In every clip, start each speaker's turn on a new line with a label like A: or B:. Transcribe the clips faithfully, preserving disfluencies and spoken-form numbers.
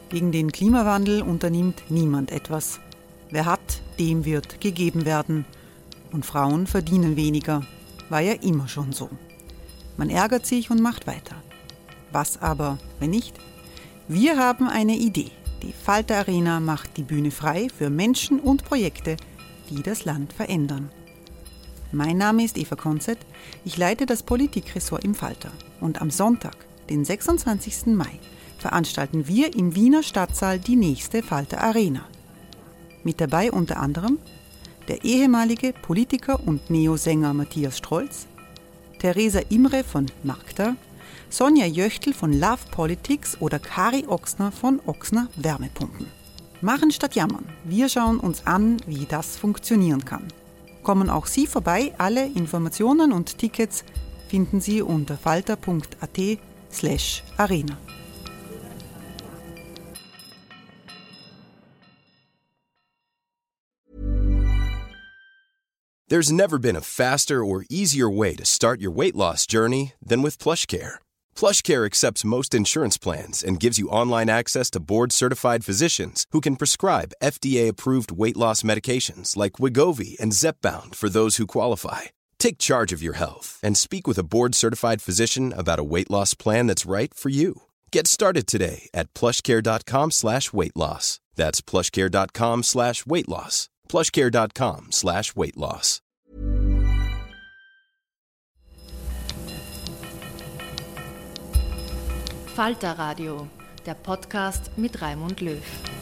A: Gegen den Klimawandel unternimmt niemand etwas. Wer hat, dem wird gegeben werden. Und Frauen verdienen weniger. War ja immer schon so. Man ärgert sich und macht weiter. Was aber, wenn nicht? Wir haben eine Idee. Die Falter Arena macht die Bühne frei für Menschen und Projekte, die das Land verändern. Mein Name ist Eva Konzett. Ich leite das Politikressort im Falter. Und am Sonntag, den sechsundzwanzigsten Mai, veranstalten wir im Wiener Stadtsaal die nächste Falter Arena. Mit dabei unter anderem der ehemalige Politiker und Neosänger Matthias Strolz, Theresa Imre von Magda, Sonja Jöchtl von Love Politics oder Kari Ochsner von Ochsner Wärmepumpen. Machen statt jammern. Wir schauen uns an, wie das funktionieren kann. Kommen auch Sie vorbei. Alle Informationen und Tickets finden Sie unter falter.at slash arena.
B: There's never been a faster or easier way to start your weight loss journey than with PlushCare. PlushCare accepts most insurance plans and gives you online access to board-certified physicians who can prescribe F D A-approved weight loss medications like Wegovy and Zepbound for those who qualify. Take charge of your health and speak with a board-certified physician about a weight loss plan that's right for you. Get started today at plushcare.com slash weight loss. That's plushcare.com slash weight loss. plushcare.com slash weight loss.
C: Falter Radio, der Podcast mit Raimund Löw.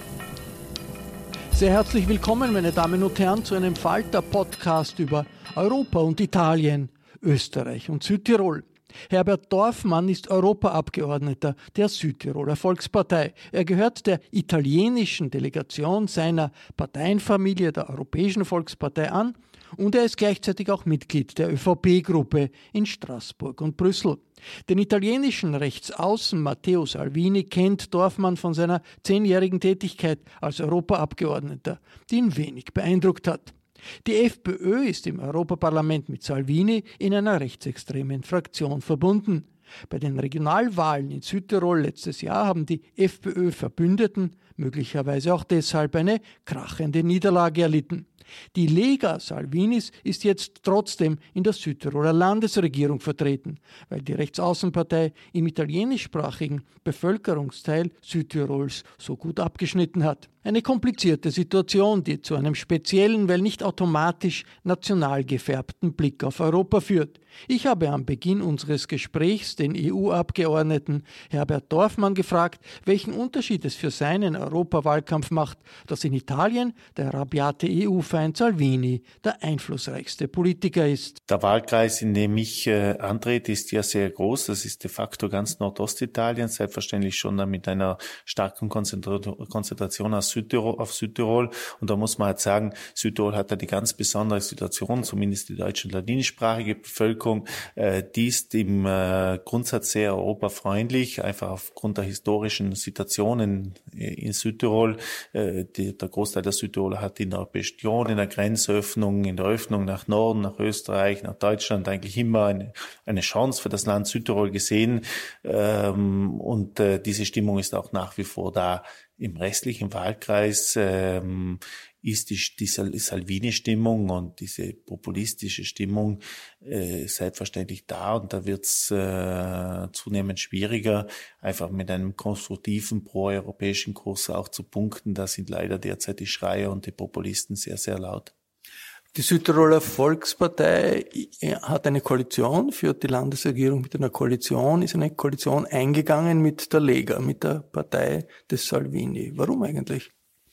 D: Sehr herzlich willkommen, meine Damen und Herren, zu einem Falter-Podcast über Europa und Italien, Österreich und Südtirol. Herbert Dorfmann ist Europaabgeordneter der Südtiroler Volkspartei. Er gehört der italienischen Delegation seiner Parteienfamilie, der Europäischen Volkspartei, an und er ist gleichzeitig auch Mitglied der ÖVP-Gruppe in Straßburg und Brüssel. Den italienischen Rechtsaußen Matteo Salvini kennt Dorfmann von seiner zehnjährigen Tätigkeit als Europaabgeordneter, die ihn wenig beeindruckt hat. Die FPÖ ist im Europaparlament mit Salvini in einer rechtsextremen Fraktion verbunden. Bei den Regionalwahlen in Südtirol letztes Jahr haben die FPÖ-Verbündeten möglicherweise auch deshalb eine krachende Niederlage erlitten. Die Lega Salvinis ist jetzt trotzdem in der Südtiroler Landesregierung vertreten, weil die Rechtsaußenpartei im italienischsprachigen Bevölkerungsteil Südtirols so gut abgeschnitten hat. Eine komplizierte Situation, die zu einem speziellen, weil nicht automatisch national gefärbten Blick auf Europa führt. Ich habe am Beginn unseres Gesprächs den E U-Abgeordneten Herbert Dorfmann gefragt, welchen Unterschied es für seinen Europawahlkampf macht, dass in Italien der rabiate E U-Feind Salvini der einflussreichste Politiker ist.
E: Der Wahlkreis, in dem ich äh, antrete, ist ja sehr groß. Das ist de facto ganz Nordostitalien, selbstverständlich schon mit einer starken Konzentra- Konzentration aus Südtirol, auf Südtirol. Und da muss man halt sagen, Südtirol hat eine ganz besondere Situation, zumindest die deutsch- und ladinischsprachige Bevölkerung. Äh, die ist im äh, Grundsatz sehr europafreundlich, einfach aufgrund der historischen Situationen in Südtirol. Äh, die, der Großteil der Südtiroler hat in der Europäischen Union, in der Grenzöffnung, in der Öffnung nach Norden, nach Österreich, nach Deutschland eigentlich immer eine, eine Chance für das Land Südtirol gesehen. Ähm, und äh, diese Stimmung ist auch nach wie vor da. Im restlichen Wahlkreis ähm, ist die, die Salvini-Stimmung und diese populistische Stimmung äh, selbstverständlich da, und da wird es äh, zunehmend schwieriger, einfach mit einem konstruktiven proeuropäischen Kurs auch zu punkten. Da sind leider derzeit die Schreier und die Populisten sehr, sehr laut.
D: Die Südtiroler Volkspartei hat eine Koalition, führt die Landesregierung mit einer Koalition, ist eine Koalition eingegangen mit der Lega, mit der Partei des Salvini. Warum eigentlich?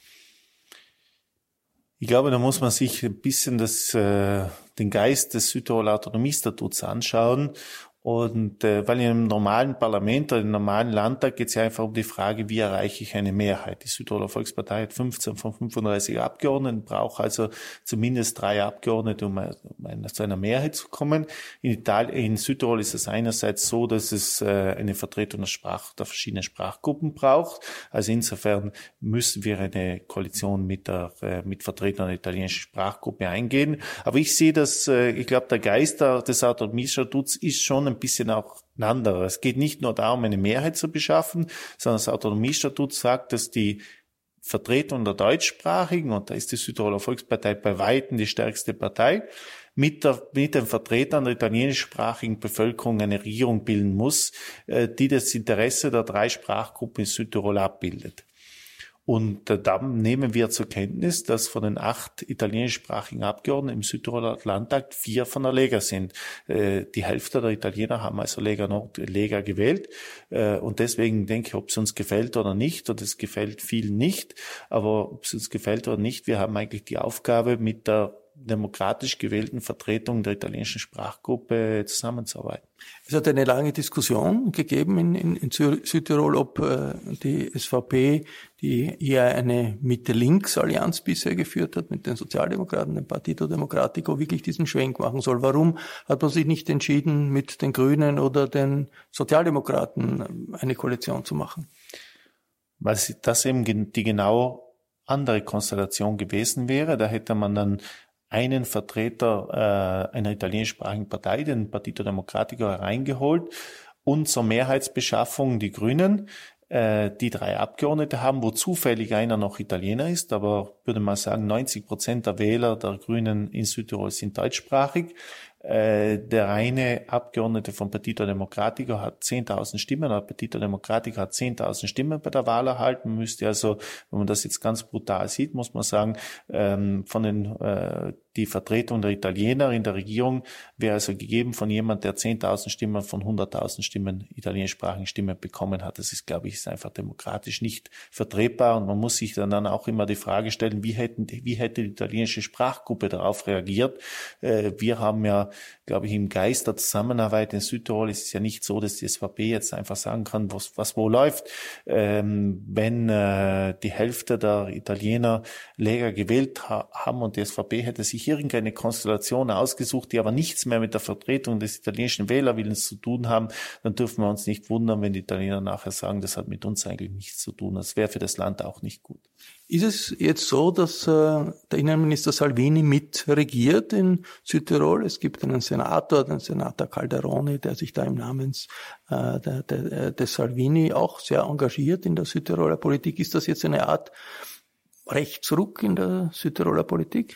E: Ich glaube, da muss man sich ein bisschen das, äh, den Geist des Südtiroler Autonomiestatuts anschauen. Und äh, weil in einem normalen Parlament oder im normalen Landtag geht es ja einfach um die Frage, wie erreiche ich eine Mehrheit. Die Südtiroler Volkspartei hat fünfzehn von fünfunddreißig Abgeordneten, braucht also zumindest drei Abgeordnete, um, um zu einer Mehrheit zu kommen. In Italien, in Südtirol ist es einerseits so, dass es äh, eine Vertretung der, Sprach, der verschiedenen Sprachgruppen braucht. Also insofern müssen wir eine Koalition mit der äh, mit Vertretern der italienischen Sprachgruppe eingehen. Aber ich sehe das, äh, ich glaube, der Geist des Autonomiestatuts ist schon ein bisschen auch ein anderer. Es geht nicht nur darum, eine Mehrheit zu beschaffen, sondern das Autonomiestatut sagt, dass die Vertretung der Deutschsprachigen, und da ist die Südtiroler Volkspartei bei Weitem die stärkste Partei, mit, der, mit den Vertretern der italienischsprachigen Bevölkerung eine Regierung bilden muss, die das Interesse der drei Sprachgruppen in Südtirol abbildet. Und da nehmen wir zur Kenntnis, dass von den acht italienischsprachigen Abgeordneten im Südtiroler Landtag vier von der Lega sind. Die Hälfte der Italiener haben also Lega Nord, Lega gewählt. Und deswegen denke ich, ob es uns gefällt oder nicht, und es gefällt vielen nicht, aber ob es uns gefällt oder nicht, wir haben eigentlich die Aufgabe, mit der demokratisch gewählten Vertretung der italienischen Sprachgruppe zusammenzuarbeiten.
D: Es hat eine lange Diskussion gegeben in, in, in Südtirol, ob äh, die S V P, die eher eine Mitte-Links-Allianz bisher geführt hat mit den Sozialdemokraten, dem Partito Democratico, wirklich diesen Schwenk machen soll. Warum hat man sich nicht entschieden, mit den Grünen oder den Sozialdemokraten eine Koalition zu machen?
E: Weil das eben die genau andere Konstellation gewesen wäre. Da hätte man dann einen Vertreter äh, einer italienischsprachigen Partei, den Partito Democratico, hereingeholt und zur Mehrheitsbeschaffung die Grünen, äh, die drei Abgeordnete haben, wo zufällig einer noch Italiener ist, aber würde man sagen, neunzig Prozent der Wähler der Grünen in Südtirol sind deutschsprachig. Äh, der eine Abgeordnete von Partito Democratico hat zehntausend Stimmen, der Partito Democratico hat zehntausend Stimmen bei der Wahl erhalten. Man müsste also, wenn man das jetzt ganz brutal sieht, muss man sagen, ähm, von den äh, die Vertretung der Italiener in der Regierung wäre also gegeben von jemand, der zehntausend Stimmen von hunderttausend Stimmen, italienischsprachigen Stimmen bekommen hat. Das ist, glaube ich, ist einfach demokratisch nicht vertretbar. Und man muss sich dann, dann auch immer die Frage stellen, wie hätten, wie hätte die italienische Sprachgruppe darauf reagiert? Äh, wir haben ja, glaube ich, im Geist der Zusammenarbeit in Südtirol ist es ja nicht so, dass die S V P jetzt einfach sagen kann, was, was wo läuft. Ähm, wenn äh, die Hälfte der Italiener Lega gewählt ha- haben und die S V P hätte sich irgendeine Konstellation ausgesucht, die aber nichts mehr mit der Vertretung des italienischen Wählerwillens zu tun haben, dann dürfen wir uns nicht wundern, wenn die Italiener nachher sagen, das hat mit uns eigentlich nichts zu tun. Das wäre für das Land auch nicht gut.
D: Ist es jetzt so, dass äh, der Innenminister Salvini mitregiert in Südtirol? Es gibt einen Senator, den Senator Calderoni, der sich da im Namen äh, der, der, des Salvini auch sehr engagiert in der Südtiroler Politik. Ist das jetzt eine Art Rechtsruck in der Südtiroler Politik?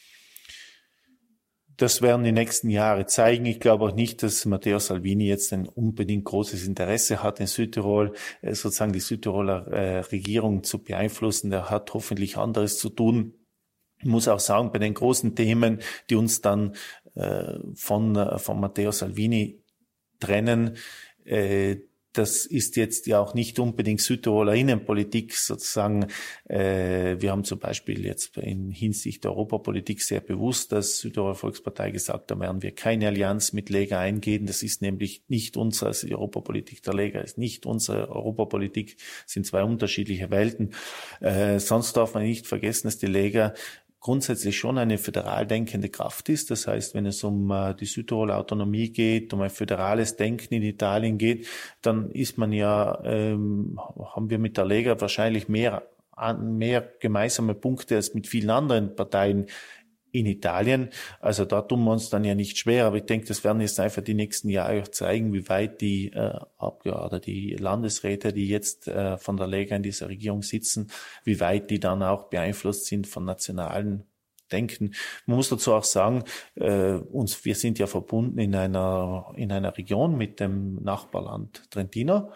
E: Das werden die nächsten Jahre zeigen. Ich glaube auch nicht, dass Matteo Salvini jetzt ein unbedingt großes Interesse hat, in Südtirol äh, sozusagen die Südtiroler äh, Regierung zu beeinflussen. Der hat hoffentlich anderes zu tun. Ich muss auch sagen, bei den großen Themen, die uns dann äh, von, äh, von Matteo Salvini trennen, äh, das ist jetzt ja auch nicht unbedingt Südtiroler Innenpolitik sozusagen. Äh, wir haben zum Beispiel jetzt in Hinsicht der Europapolitik sehr bewusst als Südtiroler Volkspartei gesagt, da werden wir keine Allianz mit Lega eingehen. Das ist nämlich nicht unsere, also die Europapolitik der Lega ist nicht unsere Europapolitik, sind zwei unterschiedliche Welten. Äh, sonst darf man nicht vergessen, dass die Lega grundsätzlich schon eine föderal denkende Kraft ist. Das heißt, wenn es um äh, die Südtiroler Autonomie geht, um ein föderales Denken in Italien geht, dann ist man ja, ähm, haben wir mit der Lega wahrscheinlich mehr, mehr gemeinsame Punkte als mit vielen anderen Parteien in Italien. Also da tun wir uns dann ja nicht schwer, aber ich denke, das werden jetzt einfach die nächsten Jahre auch zeigen, wie weit die äh, Abgeordneten, die Landesräte, die jetzt äh, von der Lega in dieser Regierung sitzen, wie weit die dann auch beeinflusst sind von nationalen Denken. Man muss dazu auch sagen, äh, uns, wir sind ja verbunden in einer in einer Region mit dem Nachbarland Trentino,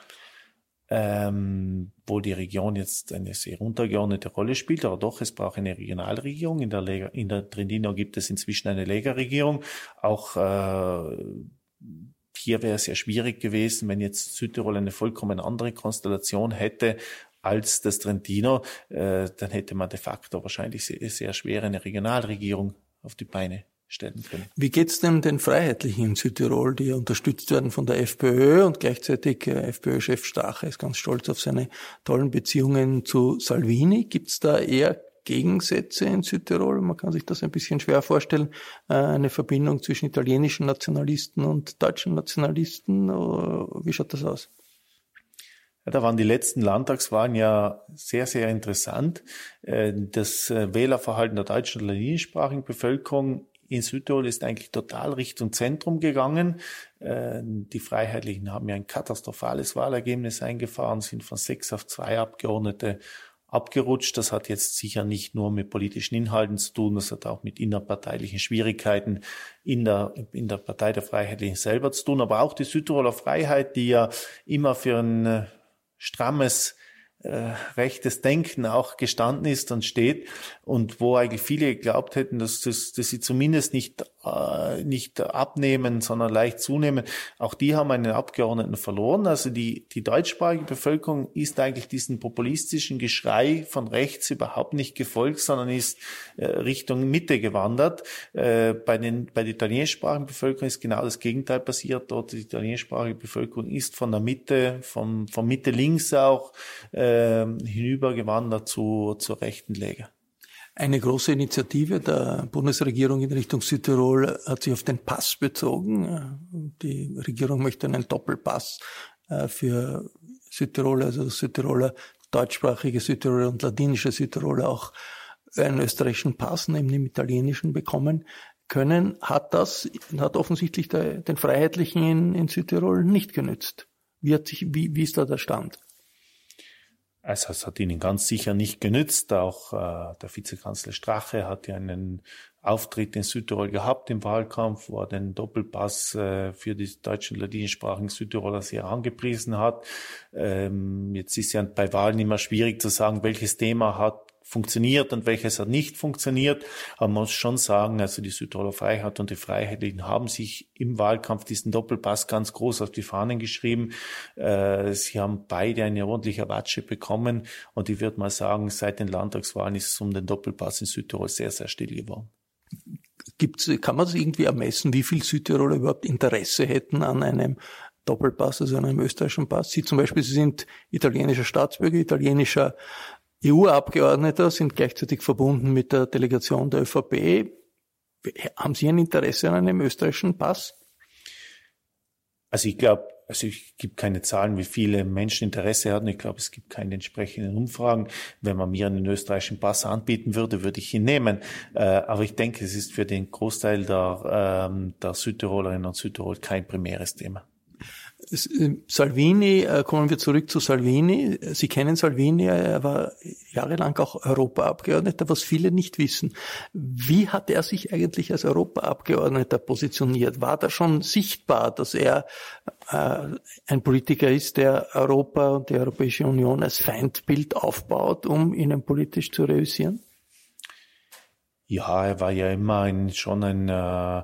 E: ähm, wo die Region jetzt eine sehr untergeordnete Rolle spielt, aber doch, es braucht eine Regionalregierung. In der Lega, in der Trentino gibt es inzwischen eine Lega-Regierung. Auch äh, hier wäre es sehr schwierig gewesen, wenn jetzt Südtirol eine vollkommen andere Konstellation hätte als das Trentino, äh, dann hätte man de facto wahrscheinlich sehr, sehr schwer eine Regionalregierung auf die Beine stellen können.
D: Wie geht's denn den Freiheitlichen in Südtirol, die unterstützt werden von der FPÖ und gleichzeitig äh, FPÖ-Chef Strache ist ganz stolz auf seine tollen Beziehungen zu Salvini? Gibt's da eher Gegensätze in Südtirol? Man kann sich das ein bisschen schwer vorstellen, äh, eine Verbindung zwischen italienischen Nationalisten und deutschen Nationalisten. Wie schaut das aus?
E: Ja, da waren die letzten Landtagswahlen ja sehr, sehr interessant. Das Wählerverhalten der deutschen und italienischsprachigen Bevölkerung in Südtirol ist eigentlich total Richtung Zentrum gegangen. Die Freiheitlichen haben ja ein katastrophales Wahlergebnis eingefahren, sind von sechs auf zwei Abgeordnete abgerutscht. Das hat jetzt sicher nicht nur mit politischen Inhalten zu tun, das hat auch mit innerparteilichen Schwierigkeiten in der, in der Partei der Freiheitlichen selber zu tun. Aber auch die Südtiroler Freiheit, die ja immer für ein strammes Äh, rechtes Denken auch gestanden ist und steht und wo eigentlich viele geglaubt hätten, dass, dass, dass sie zumindest nicht, äh, nicht abnehmen, sondern leicht zunehmen. Auch die haben einen Abgeordneten verloren. Also die, die deutschsprachige Bevölkerung ist eigentlich diesem populistischen Geschrei von rechts überhaupt nicht gefolgt, sondern ist äh, Richtung Mitte gewandert. Äh, bei, den, bei der italienischsprachigen Bevölkerung ist genau das Gegenteil passiert. Dort die italienischsprachige Bevölkerung ist von der Mitte, vom, von Mitte links auch, äh, hinübergewandert zu, zur rechten Lager.
D: Eine große Initiative der Bundesregierung in Richtung Südtirol hat sich auf den Pass bezogen. Die Regierung möchte einen Doppelpass für Südtiroler, also Südtiroler, deutschsprachige Südtiroler und ladinische Südtiroler auch einen österreichischen Pass neben dem italienischen bekommen können. Hat das, hat offensichtlich der, den Freiheitlichen in, in Südtirol nicht genützt. Wie hat sich, wie, wie ist da der Stand?
E: Also es hat ihnen ganz sicher nicht genützt. Auch äh, der Vizekanzler Strache hat ja einen Auftritt in Südtirol gehabt im Wahlkampf, wo er den Doppelpass äh, für die deutschen ladinischsprachigen Südtiroler sehr angepriesen hat. Ähm, jetzt ist ja bei Wahlen immer schwierig zu sagen, welches Thema hat funktioniert und welches hat nicht funktioniert. Aber man muss schon sagen, also die Südtiroler Freiheit und die Freiheitlichen haben sich im Wahlkampf diesen Doppelpass ganz groß auf die Fahnen geschrieben. Äh, sie haben beide eine ordentliche Watsche bekommen und ich würde mal sagen, seit den Landtagswahlen ist es um den Doppelpass in Südtirol sehr, sehr still geworden.
D: Gibt's, kann man das irgendwie ermessen, wie viel Südtiroler überhaupt Interesse hätten an einem Doppelpass, also an einem österreichischen Pass? Sie zum Beispiel, Sie sind italienischer Staatsbürger, italienischer E U-Abgeordneter, sind gleichzeitig verbunden mit der Delegation der ÖVP. Haben Sie ein Interesse an einem österreichischen Pass?
E: Also ich glaube, also ich gibt keine Zahlen, wie viele Menschen Interesse hatten. Ich glaube, es gibt keine entsprechenden Umfragen. Wenn man mir einen österreichischen Pass anbieten würde, würde ich ihn nehmen. Äh, aber ich denke, es ist für den Großteil der, ähm, der Südtirolerinnen und Südtirol kein primäres Thema.
D: Salvini, kommen wir zurück zu Salvini. Sie kennen Salvini, er war jahrelang auch Europaabgeordneter, was viele nicht wissen. Wie hat er sich eigentlich als Europaabgeordneter positioniert? War da schon sichtbar, dass er äh, ein Politiker ist, der Europa und die Europäische Union als Feindbild aufbaut, um ihnen politisch zu reüssieren?
E: Ja, er war ja immer ein, schon ein, äh,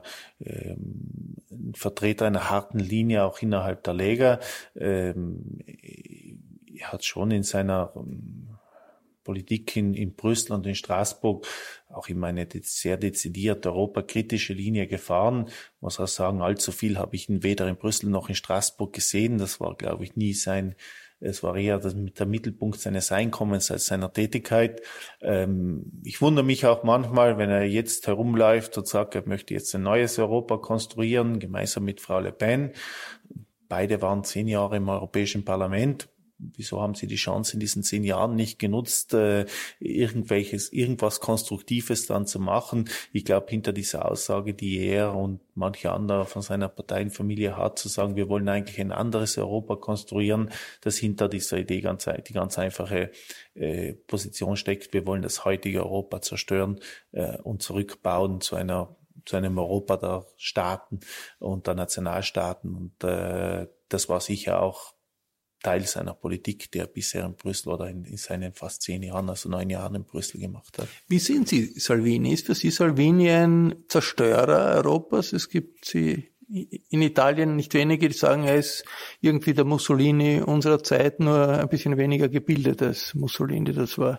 E: ein Vertreter einer harten Linie, auch innerhalb der Lega. Ähm, er hat schon in seiner ähm, Politik in, in Brüssel und in Straßburg auch immer eine sehr dezidiert europakritische Linie gefahren. Ich muss auch sagen, allzu viel habe ich ihn weder in Brüssel noch in Straßburg gesehen. Das war, glaube ich, nie sein Es war eher der Mittelpunkt seines Einkommens als seiner Tätigkeit. Ich wundere mich auch manchmal, wenn er jetzt herumläuft und sagt, er möchte jetzt ein neues Europa konstruieren, gemeinsam mit Frau Le Pen. Beide waren zehn Jahre im Europäischen Parlament. Wieso haben sie die Chance in diesen zehn Jahren nicht genutzt, äh, irgendwelches, irgendwas Konstruktives dann zu machen? Ich glaube, hinter dieser Aussage, die er und manche andere von seiner Parteienfamilie hat, zu sagen, wir wollen eigentlich ein anderes Europa konstruieren, dass hinter dieser Idee ganz, die ganz einfache äh, Position steckt, wir wollen das heutige Europa zerstören äh, und zurückbauen zu einer zu einem Europa der Staaten und der Nationalstaaten. Und äh, das war sicher auch Teil seiner Politik, der bisher in Brüssel oder in, in seinen fast zehn Jahren, also neun Jahren in Brüssel gemacht hat.
D: Wie sehen Sie Salvini? Ist für Sie Salvini ein Zerstörer Europas? Es gibt sie in Italien nicht wenige, die sagen, er ist irgendwie der Mussolini unserer Zeit, nur ein bisschen weniger gebildet als Mussolini das war.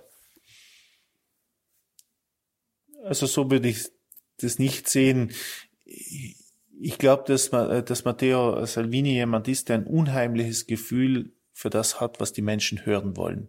E: Also so würde ich das nicht sehen. Ich glaube, dass, dass Matteo Salvini jemand ist, der ein unheimliches Gefühl für das hat, was die Menschen hören wollen.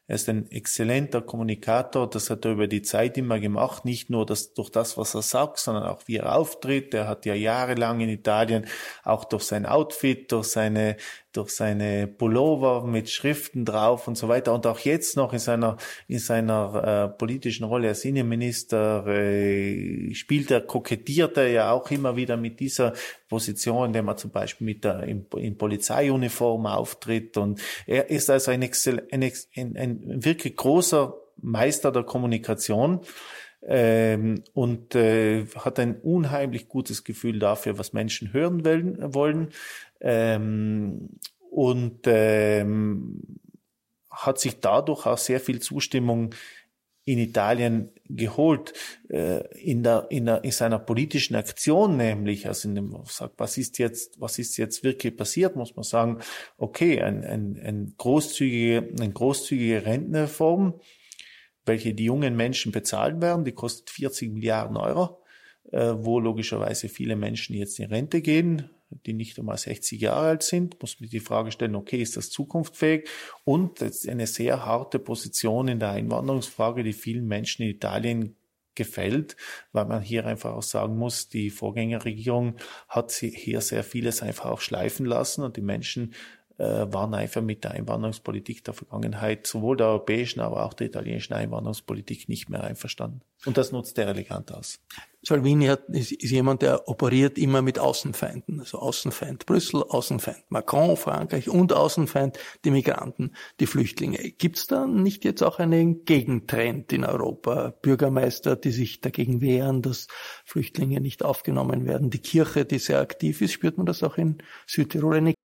E: Er ist ein exzellenter Kommunikator, das hat er über die Zeit immer gemacht, nicht nur das, durch das, was er sagt, sondern auch wie er auftritt. Er hat ja jahrelang in Italien auch durch sein Outfit, durch seine durch seine Pullover mit Schriften drauf und so weiter und auch jetzt noch in seiner in seiner äh, politischen Rolle als Innenminister äh, spielt er, kokettiert er ja auch immer wieder mit dieser Position, indem er zum Beispiel mit der in, in Polizeiuniform auftritt, und er ist also ein, Excel, ein, ein, ein wirklich großer Meister der Kommunikation. Ähm, und äh, hat ein unheimlich gutes Gefühl dafür, was Menschen hören wollen, wollen ähm, und ähm, hat sich dadurch auch sehr viel Zustimmung in Italien geholt, äh, in der in der in seiner politischen Aktion, nämlich, also in dem sagt, was ist jetzt was ist jetzt wirklich passiert, muss man sagen, okay, ein ein, ein großzügige eine großzügige Rentenreform, welche die jungen Menschen bezahlen werden, die kostet vierzig Milliarden Euro, äh, wo logischerweise viele Menschen jetzt in Rente gehen, die nicht einmal sechzig Jahre alt sind, muss man die Frage stellen, okay, ist das zukunftsfähig? Und das ist eine sehr harte Position in der Einwanderungsfrage, die vielen Menschen in Italien gefällt, weil man hier einfach auch sagen muss, die Vorgängerregierung hat hier sehr vieles einfach auch schleifen lassen, und die Menschen waren einfach mit der Einwanderungspolitik der Vergangenheit, sowohl der europäischen, aber auch der italienischen Einwanderungspolitik, nicht mehr einverstanden. Und das nutzt er elegant aus.
D: Salvini hat, ist, ist jemand, der operiert immer mit Außenfeinden. Also Außenfeind Brüssel, Außenfeind Macron, Frankreich und Außenfeind die Migranten, die Flüchtlinge. Gibt es da nicht jetzt auch einen Gegentrend in Europa? Bürgermeister, die sich dagegen wehren, dass Flüchtlinge nicht aufgenommen werden. Die Kirche, die sehr aktiv ist. Spürt man das auch in Südtirol? Eine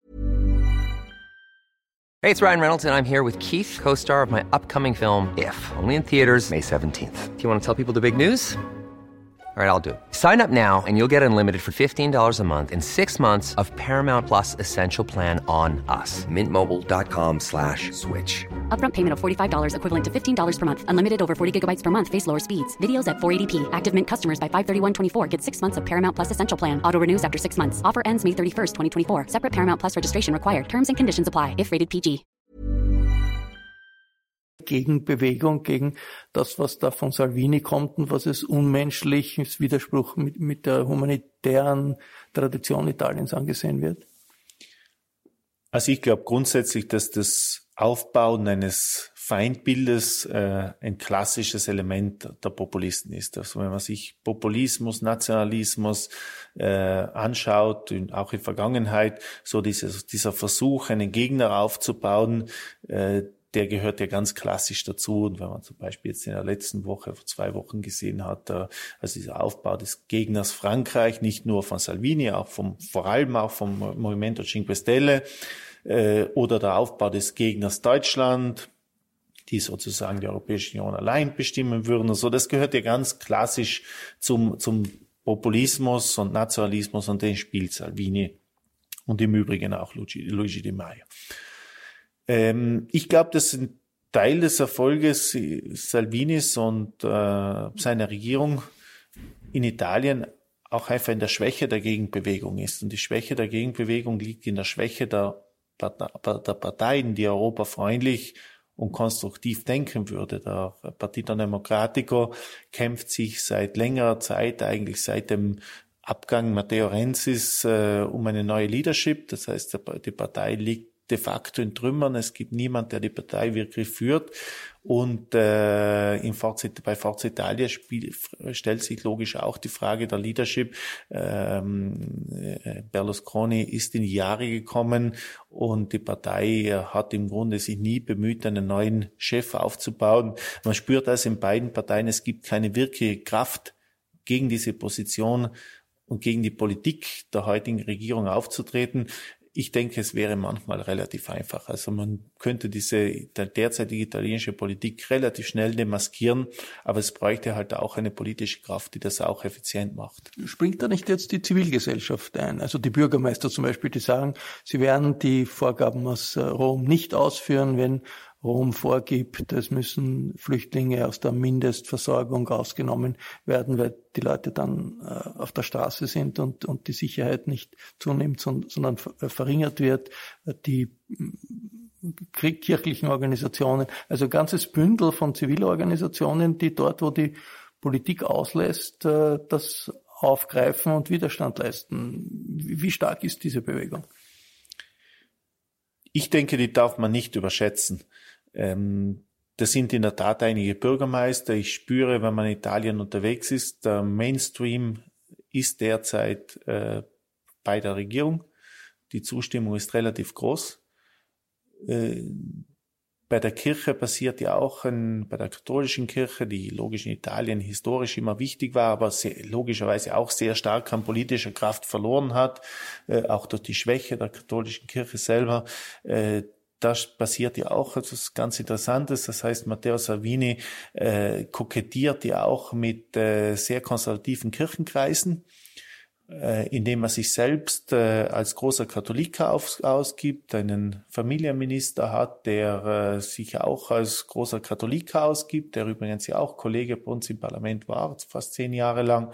F: Hey, it's Ryan Reynolds, and I'm here with Keith, co-star of my upcoming film, If, only in theaters May seventeenth. Do you want to tell people the big news? All right, I'll do it. Sign up now and you'll get unlimited for fifteen dollars a month and six months of Paramount Plus Essential Plan on us. Mint Mobile dot com slash switch.
G: Upfront payment of forty-five dollars equivalent to fifteen dollars per month. Unlimited over forty gigabytes per month. Face lower speeds. Videos at four eighty p. Active Mint customers by five thirty-one twenty-four get six months of Paramount Plus Essential Plan. Auto renews after six months. Offer ends May thirty-first, twenty twenty-four. Separate Paramount Plus registration required. Terms and conditions apply if rated P G.
D: Gegenbewegung gegen das, was da von Salvini kommt und was es unmenschlich, im Widerspruch mit, mit der humanitären Tradition Italiens angesehen wird?
E: Also ich glaube grundsätzlich, dass das Aufbauen eines Feindbildes äh, ein klassisches Element der Populisten ist. Also wenn man sich Populismus, Nationalismus äh, anschaut, auch in Vergangenheit, so dieses, dieser Versuch, einen Gegner aufzubauen, äh, der gehört ja ganz klassisch dazu. Und wenn man zum Beispiel jetzt in der letzten Woche, vor zwei Wochen gesehen hat, also dieser Aufbau des Gegners Frankreich, nicht nur von Salvini, auch vom, vor allem auch vom Movimento Cinque Stelle, äh, oder der Aufbau des Gegners Deutschland, die sozusagen die Europäische Union allein bestimmen würden. Also das gehört ja ganz klassisch zum, zum Populismus und Nationalismus, und den spielt Salvini und im Übrigen auch Luigi, Luigi Di Maio. Ich glaube, das ist ein Teil des Erfolges Salvinis und äh, seiner Regierung in Italien auch einfach in der Schwäche der Gegenbewegung ist. Und die Schwäche der Gegenbewegung liegt in der Schwäche der, der Parteien, die europafreundlich und konstruktiv denken würde. Der Partito Democratico kämpft sich seit längerer Zeit, eigentlich seit dem Abgang Matteo Renzis, äh, um eine neue Leadership. Das heißt, die Partei liegt de facto in Trümmern. Es gibt niemand, der die Partei wirklich führt. Und äh, in Forza, bei Forza Italia spiel, stellt sich logisch auch die Frage der Leadership. Ähm, Berlusconi ist in die Jahre gekommen und die Partei hat im Grunde sich nie bemüht, einen neuen Chef aufzubauen. Man spürt das in beiden Parteien. Es gibt keine wirkliche Kraft, gegen diese Position und gegen die Politik der heutigen Regierung aufzutreten. Ich denke, es wäre manchmal relativ einfach. Also man könnte diese derzeitige italienische Politik relativ schnell demaskieren, aber es bräuchte halt auch eine politische Kraft, die das auch effizient macht.
D: Springt da nicht jetzt die Zivilgesellschaft ein? Also die Bürgermeister zum Beispiel, die sagen, sie werden die Vorgaben aus Rom nicht ausführen, wenn Rom vorgibt, es müssen Flüchtlinge aus der Mindestversorgung ausgenommen werden, weil die Leute dann äh, auf der Straße sind und, und die Sicherheit nicht zunimmt, sondern verringert wird. Die kirchlichen Organisationen, also ein ganzes Bündel von Zivilorganisationen, die dort, wo die Politik auslässt, das aufgreifen und Widerstand leisten. Wie stark ist diese Bewegung?
E: Ich denke, die darf man nicht überschätzen. Ähm, das sind in der Tat einige Bürgermeister. Ich spüre, wenn man in Italien unterwegs ist, der Mainstream ist derzeit äh, bei der Regierung. Die Zustimmung ist relativ groß. Äh, Bei der Kirche passiert ja auch, ein, bei der katholischen Kirche, die logisch in Italien historisch immer wichtig war, aber sehr, logischerweise auch sehr stark an politischer Kraft verloren hat, äh, auch durch die Schwäche der katholischen Kirche selber. Äh, das passiert ja auch etwas ganz Interessantes. Das heißt, Matteo Salvini äh, kokettiert ja auch mit äh, sehr konservativen Kirchenkreisen, indem er sich selbst äh, als großer Katholik auf, ausgibt, einen Familienminister hat, der äh, sich auch als großer Katholik ausgibt, der übrigens ja auch Kollege bei uns im Parlament war, fast zehn Jahre lang.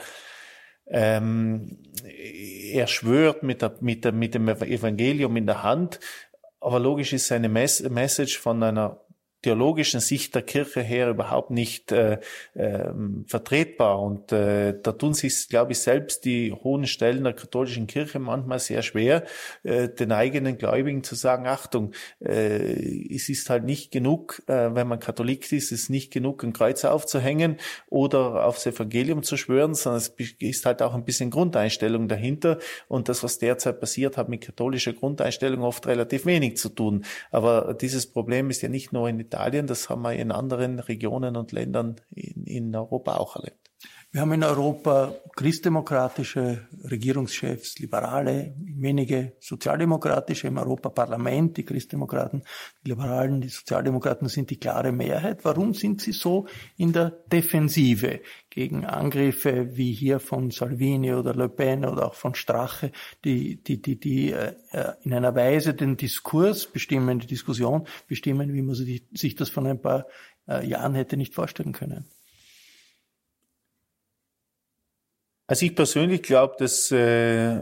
E: Ähm, er schwört mit, der, mit, der, mit dem Evangelium in der Hand, aber logisch ist seine Mess- Message von einer theologischen Sicht der Kirche her überhaupt nicht äh, äh, vertretbar. Und äh, da tun sich, glaube ich, selbst die hohen Stellen der katholischen Kirche manchmal sehr schwer, äh, den eigenen Gläubigen zu sagen, Achtung, äh, es ist halt nicht genug, äh, wenn man Katholik ist, es ist nicht genug, ein Kreuz aufzuhängen oder aufs Evangelium zu schwören, sondern es ist halt auch ein bisschen Grundeinstellung dahinter. Und das, was derzeit passiert, hat mit katholischer Grundeinstellung oft relativ wenig zu tun. Aber dieses Problem ist ja nicht nur in Italien, das haben wir in anderen Regionen und Ländern in, in Europa auch erlebt.
D: Wir haben in Europa christdemokratische Regierungschefs, Liberale, wenige sozialdemokratische im Europaparlament. Die Christdemokraten, die Liberalen, die Sozialdemokraten sind die klare Mehrheit. Warum sind sie so in der Defensive gegen Angriffe wie hier von Salvini oder Le Pen oder auch von Strache, die, die, die, die äh, in einer Weise den Diskurs bestimmen, die Diskussion bestimmen, wie man sich das von ein paar äh, Jahren hätte nicht vorstellen können?
E: Also ich persönlich glaube, dass äh,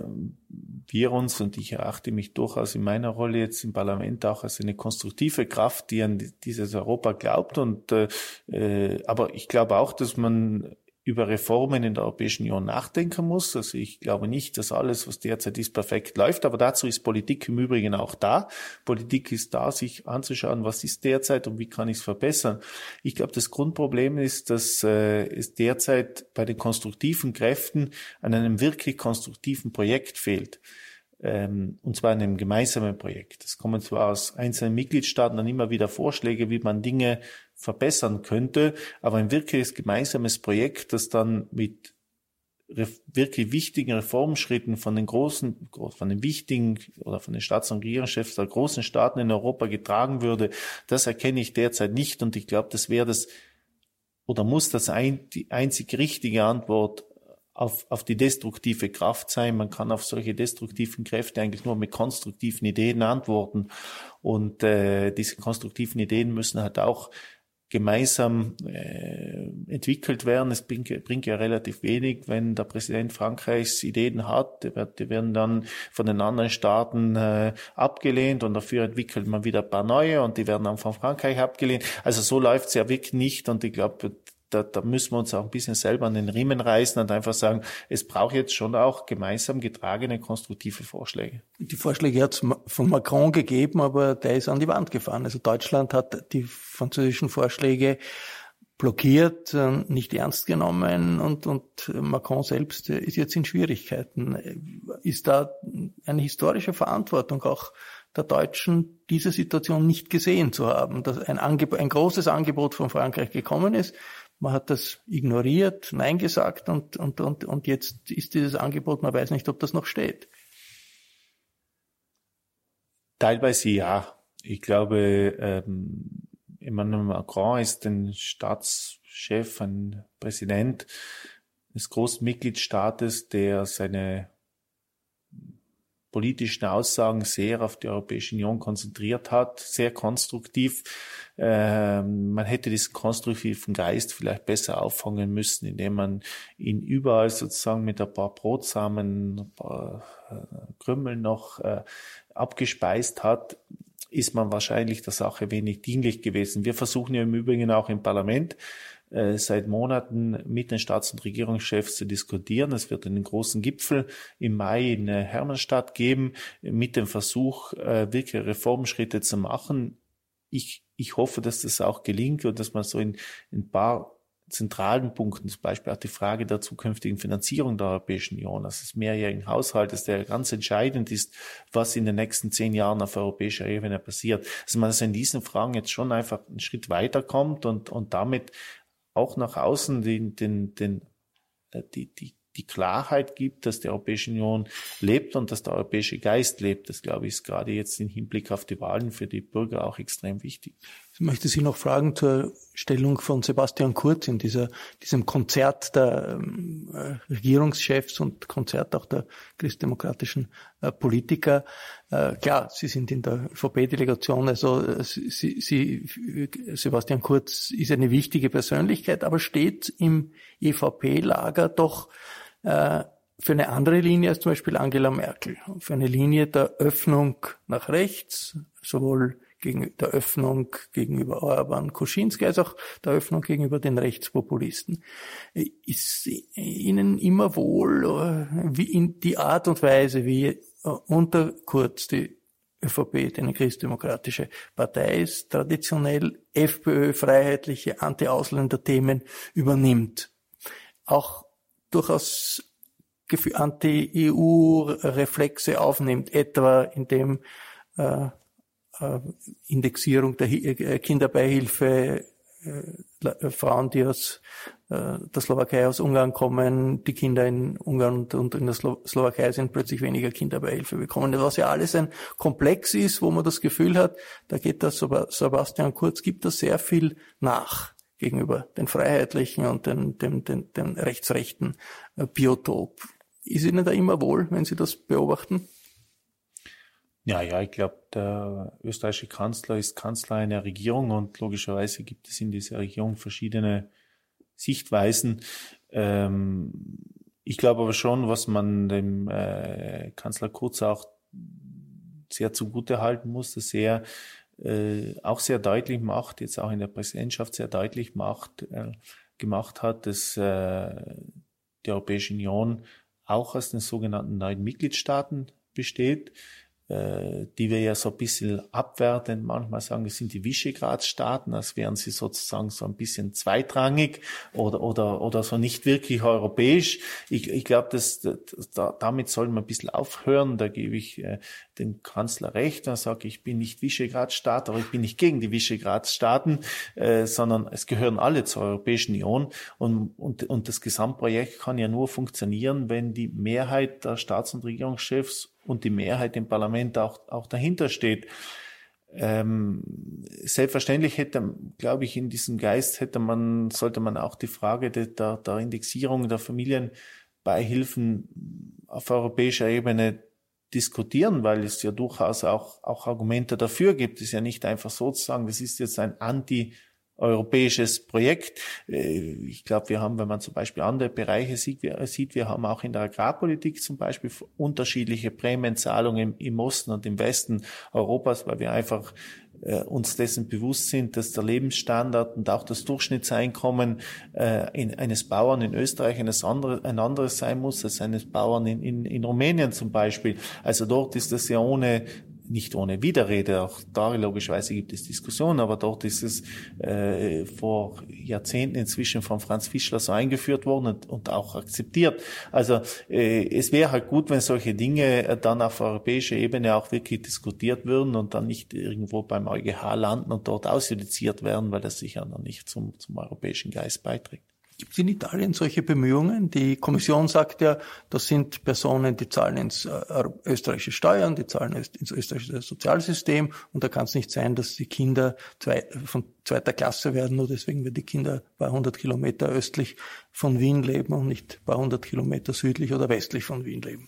E: wir uns, und ich erachte mich durchaus in meiner Rolle jetzt im Parlament auch als eine konstruktive Kraft, die an dieses Europa glaubt. Und äh, aber ich glaube auch, dass man über Reformen in der Europäischen Union nachdenken muss. Also ich glaube nicht, dass alles, was derzeit ist, perfekt läuft, aber dazu ist Politik im Übrigen auch da. Politik ist da, sich anzuschauen, was ist derzeit und wie kann ich es verbessern. Ich glaube, das Grundproblem ist, dass äh, es derzeit bei den konstruktiven Kräften an einem wirklich konstruktiven Projekt fehlt. Ähm, und zwar an einem gemeinsamen Projekt. Es kommen zwar aus einzelnen Mitgliedstaaten dann immer wieder Vorschläge, wie man Dinge verbessern könnte, aber ein wirkliches gemeinsames Projekt, das dann mit ref- wirklich wichtigen Reformschritten von den großen, von den wichtigen oder von den Staats- und Regierungschefs der großen Staaten in Europa getragen würde, das erkenne ich derzeit nicht und ich glaube, das wäre das oder muss das ein, die einzig richtige Antwort auf, auf die destruktive Kraft sein. Man kann auf solche destruktiven Kräfte eigentlich nur mit konstruktiven Ideen antworten und äh, diese konstruktiven Ideen müssen halt auch gemeinsam äh, entwickelt werden. Es bringt, bringt ja relativ wenig, wenn der Präsident Frankreichs Ideen hat, die, die werden dann von den anderen Staaten äh, abgelehnt und dafür entwickelt man wieder ein paar neue und die werden dann von Frankreich abgelehnt. Also so läuft es ja wirklich nicht und ich glaube, Da, da müssen wir uns auch ein bisschen selber an den Riemen reißen und einfach sagen, es braucht jetzt schon auch gemeinsam getragene, konstruktive Vorschläge.
D: Die Vorschläge hat es von Macron gegeben, aber der ist an die Wand gefahren. Also Deutschland hat die französischen Vorschläge blockiert, nicht ernst genommen und, und Macron selbst ist jetzt in Schwierigkeiten. Ist da eine historische Verantwortung auch der Deutschen, diese Situation nicht gesehen zu haben, dass ein, Angebot, ein großes Angebot von Frankreich gekommen ist? Man hat das ignoriert, Nein gesagt und, und, und, und jetzt ist dieses Angebot, man weiß nicht, ob das noch steht.
E: Teilweise ja. Ich glaube, ähm, Emmanuel Macron ist ein Staatschef, ein Präsident des großen Mitgliedstaates, der seine politischen Aussagen sehr auf die Europäische Union konzentriert hat, sehr konstruktiv. Ähm, man hätte diesen konstruktiven Geist vielleicht besser auffangen müssen, indem man ihn überall sozusagen mit ein paar Brotsamen, ein paar äh, Krümmeln noch äh, abgespeist hat. ist man wahrscheinlich der Sache wenig dienlich gewesen. Wir versuchen ja im Übrigen auch im Parlament äh, seit Monaten mit den Staats- und Regierungschefs zu diskutieren. Es wird einen großen Gipfel im Mai in äh, Hermannstadt geben, mit dem Versuch, äh, wirklich Reformschritte zu machen. Ich, ich hoffe, dass das auch gelingt und dass man so in, in ein paar zentralen Punkten, zum Beispiel auch die Frage der zukünftigen Finanzierung der Europäischen Union, also des mehrjährigen Haushaltes, der ganz entscheidend ist, was in den nächsten zehn Jahren auf europäischer Ebene passiert. Also man also in diesen Fragen jetzt schon einfach einen Schritt weiterkommt und, und damit auch nach außen den, den, den, die, die, die Klarheit gibt, dass die Europäische Union lebt und dass der europäische Geist lebt. Das, glaube ich, ist gerade jetzt im Hinblick auf die Wahlen für die Bürger auch extrem wichtig.
D: Ich möchte Sie noch fragen zur Stellung von Sebastian Kurz in dieser, diesem Konzert der äh, Regierungschefs und Konzert auch der christdemokratischen äh, Politiker. Äh, klar, Sie sind in der Ö V P-Delegation, also äh, Sie, Sie, Sebastian Kurz ist eine wichtige Persönlichkeit, aber steht im E V P-Lager doch äh, für eine andere Linie als zum Beispiel Angela Merkel, für eine Linie der Öffnung nach rechts, sowohl gegen der Öffnung gegenüber Orban, Kuczynski, als auch der Öffnung gegenüber den Rechtspopulisten. Ist Ihnen immer wohl, wie in die Art und Weise, wie unter Kurz die Ö V P, die eine christdemokratische Partei ist, traditionell FPÖ, freiheitliche Anti-Ausländer-Themen übernimmt, auch durchaus Anti-E U-Reflexe aufnimmt, etwa indem äh, Indexierung der Kinderbeihilfe, äh, Frauen, die aus äh, der Slowakei, aus Ungarn kommen, die Kinder in Ungarn und in der Slo- Slowakei sind, plötzlich weniger Kinderbeihilfe bekommen. Was ja alles ein Komplex ist, wo man das Gefühl hat, da geht das Sebastian Kurz, gibt da sehr viel nach gegenüber den Freiheitlichen und den, den, den, den rechtsrechten äh, Biotop. Ist Ihnen da immer wohl, wenn Sie das beobachten?
E: Ja, ja, ich glaube, der österreichische Kanzler ist Kanzler einer Regierung und logischerweise gibt es in dieser Regierung verschiedene Sichtweisen. Ähm, ich glaube aber schon, was man dem äh, Kanzler Kurz auch sehr zugute halten muss, dass er äh, auch sehr deutlich macht, jetzt auch in der Präsidentschaft sehr deutlich macht, äh, gemacht hat, dass äh, die Europäische Union auch aus den sogenannten neuen Mitgliedstaaten besteht, die wir ja so ein bisschen abwertend manchmal sagen, das sind die Visegrad-Staaten, als wären sie sozusagen so ein bisschen zweitrangig oder oder oder so nicht wirklich europäisch. Ich, ich glaube, dass, dass da, damit soll man ein bisschen aufhören. Da gebe ich äh, dem Kanzler recht. Er sagt, ich bin nicht Visegrad-Staat, aber ich bin nicht gegen die Visegrad-Staaten, äh, sondern es gehören alle zur Europäischen Union. Und, und, und das Gesamtprojekt kann ja nur funktionieren, wenn die Mehrheit der Staats- und Regierungschefs und die Mehrheit im Parlament auch, auch dahinter steht. Ähm, selbstverständlich hätte, glaube ich, in diesem Geist hätte man, sollte man auch die Frage de, der, der Indexierung der Familienbeihilfen auf europäischer Ebene diskutieren, weil es ja durchaus auch, auch Argumente dafür gibt. Es ist ja nicht einfach so zu sagen, das ist jetzt ein anti europäisches Projekt. Ich glaube, wir haben, wenn man zum Beispiel andere Bereiche sieht, wir, sieht, wir haben auch in der Agrarpolitik zum Beispiel unterschiedliche Prämienzahlungen im Osten und im Westen Europas, weil wir einfach äh, uns dessen bewusst sind, dass der Lebensstandard und auch das Durchschnittseinkommen äh, in, eines Bauern in Österreich eines andere, ein anderes sein muss als eines Bauern in, in, in Rumänien zum Beispiel. Also dort ist das ja ohne nicht ohne Widerrede, auch da logischerweise gibt es Diskussionen, aber dort ist es äh, vor Jahrzehnten inzwischen von Franz Fischler so eingeführt worden und, und auch akzeptiert. Also äh, es wäre halt gut, wenn solche Dinge dann auf europäischer Ebene auch wirklich diskutiert würden und dann nicht irgendwo beim EuGH landen und dort ausjudiziert werden, weil das sicher noch nicht zum, zum europäischen Geist beiträgt.
D: Gibt es in Italien solche Bemühungen? Die Kommission sagt ja, das sind Personen, die zahlen ins äh, österreichische Steuern, die zahlen ins österreichische Sozialsystem und da kann es nicht sein, dass die Kinder zwei, von zweiter Klasse werden, nur deswegen, weil die Kinder ein paar hundert Kilometer östlich von Wien leben und nicht ein paar hundert Kilometer südlich oder westlich von Wien leben.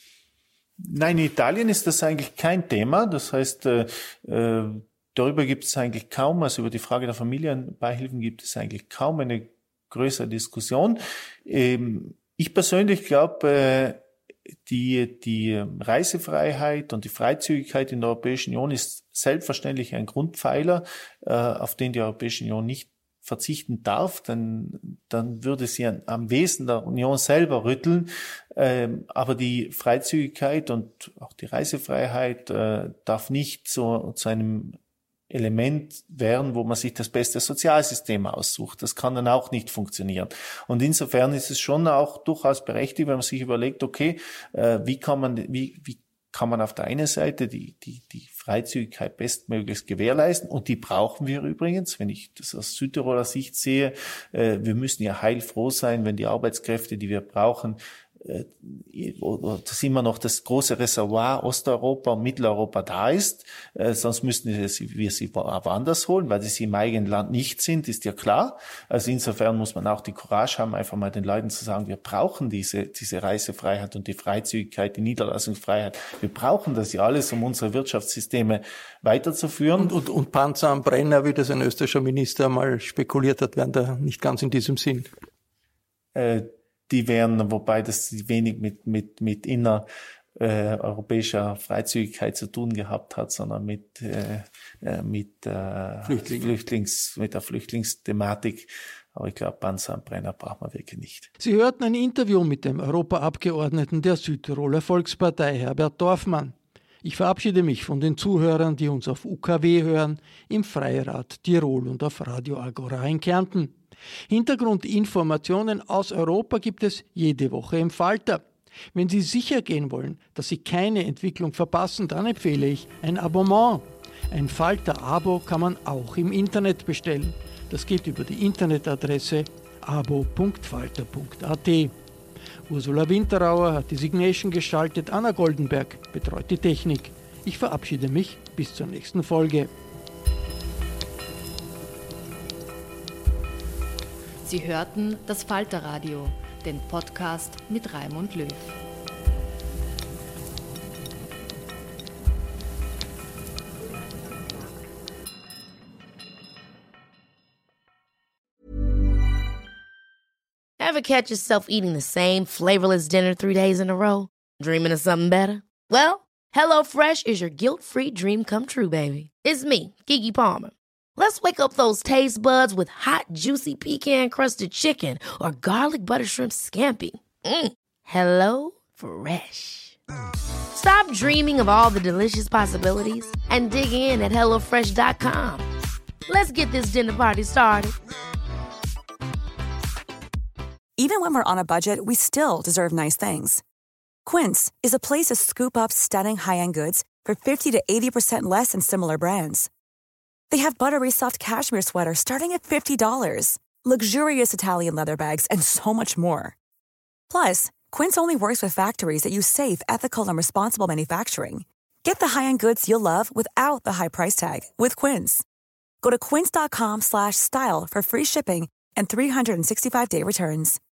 E: Nein, in Italien ist das eigentlich kein Thema. Das heißt, äh, äh, darüber gibt es eigentlich kaum, also über die Frage der Familienbeihilfen gibt es eigentlich kaum eine größere Diskussion. Ich persönlich glaube, die, die Reisefreiheit und die Freizügigkeit in der Europäischen Union ist selbstverständlich ein Grundpfeiler, äh, auf den die Europäische Union nicht verzichten darf, dann, dann würde sie an, am Wesen der Union selber rütteln. Ähm, aber die Freizügigkeit und auch die Reisefreiheit äh, darf nicht zu, zu einem Element werden, wo man sich das beste Sozialsystem aussucht. Das kann dann auch nicht funktionieren. Und insofern ist es schon auch durchaus berechtigt, wenn man sich überlegt, okay, äh, wie kann man, wie, wie kann man auf der einen Seite die, die, die Freizügigkeit bestmöglichst gewährleisten, und die brauchen wir übrigens, wenn ich das aus Südtiroler Sicht sehe. Äh, wir müssen ja heilfroh sein, wenn die Arbeitskräfte, die wir brauchen, dass immer noch das große Reservoir Osteuropa und Mitteleuropa da ist, äh, sonst müssten wir sie, wir sie woanders holen, weil sie im eigenen Land nicht sind, ist ja klar. Also insofern muss man auch die Courage haben, einfach mal den Leuten zu sagen, wir brauchen diese diese Reisefreiheit und die Freizügigkeit, die Niederlassungsfreiheit. Wir brauchen das ja alles, um unsere Wirtschaftssysteme weiterzuführen.
D: Und, und, und Panzer am Brenner, wie das ein österreichischer Minister mal spekuliert hat, wären da nicht ganz in diesem Sinn.
E: Äh, Die wären, wobei das wenig mit mit mit inner äh, europäischer Freizügigkeit zu tun gehabt hat, sondern mit äh, mit äh, Flüchtling. Flüchtlings mit der Flüchtlingsthematik. Aber ich glaube, Panzer am Brenner braucht man wirklich nicht.
D: Sie hörten ein Interview mit dem Europaabgeordneten der Südtiroler Volkspartei, Herbert Dorfmann. Ich verabschiede mich von den Zuhörern, die uns auf U K W hören, im Freirad Tirol und auf Radio Agora in Kärnten. Hintergrundinformationen aus Europa gibt es jede Woche im Falter. Wenn Sie sicher gehen wollen, dass Sie keine Entwicklung verpassen, dann empfehle ich ein Abonnement. Ein Falter-Abo kann man auch im Internet bestellen. Das geht über die Internetadresse abo punkt falter punkt a t. Ursula Winterauer hat die Signation gestaltet, Anna Goldenberg betreut die Technik. Ich verabschiede mich bis zur nächsten Folge.
C: Sie hörten das Falterradio, den Podcast mit Raimund Löw.
H: Ever catch yourself eating the same flavorless dinner three days in a row? Dreaming of something better? Well, HelloFresh is your guilt-free dream come true, baby. It's me, Keke Palmer. Let's wake up those taste buds with hot, juicy pecan-crusted chicken or garlic butter shrimp scampi. Mm. Hello Fresh. Stop dreaming of all the delicious possibilities and dig in at hello fresh dot com. Let's get this dinner party started.
I: Even when we're on a budget, we still deserve nice things. Quince is a place to scoop up stunning high-end goods for fifty to eighty percent less than similar brands. They have buttery soft cashmere sweaters starting at fifty dollars, luxurious Italian leather bags, and so much more. Plus, Quince only works with factories that use safe, ethical, and responsible manufacturing. Get the high-end goods you'll love without the high price tag with Quince. Go to quince dot com slash style for free shipping and three sixty-five day returns.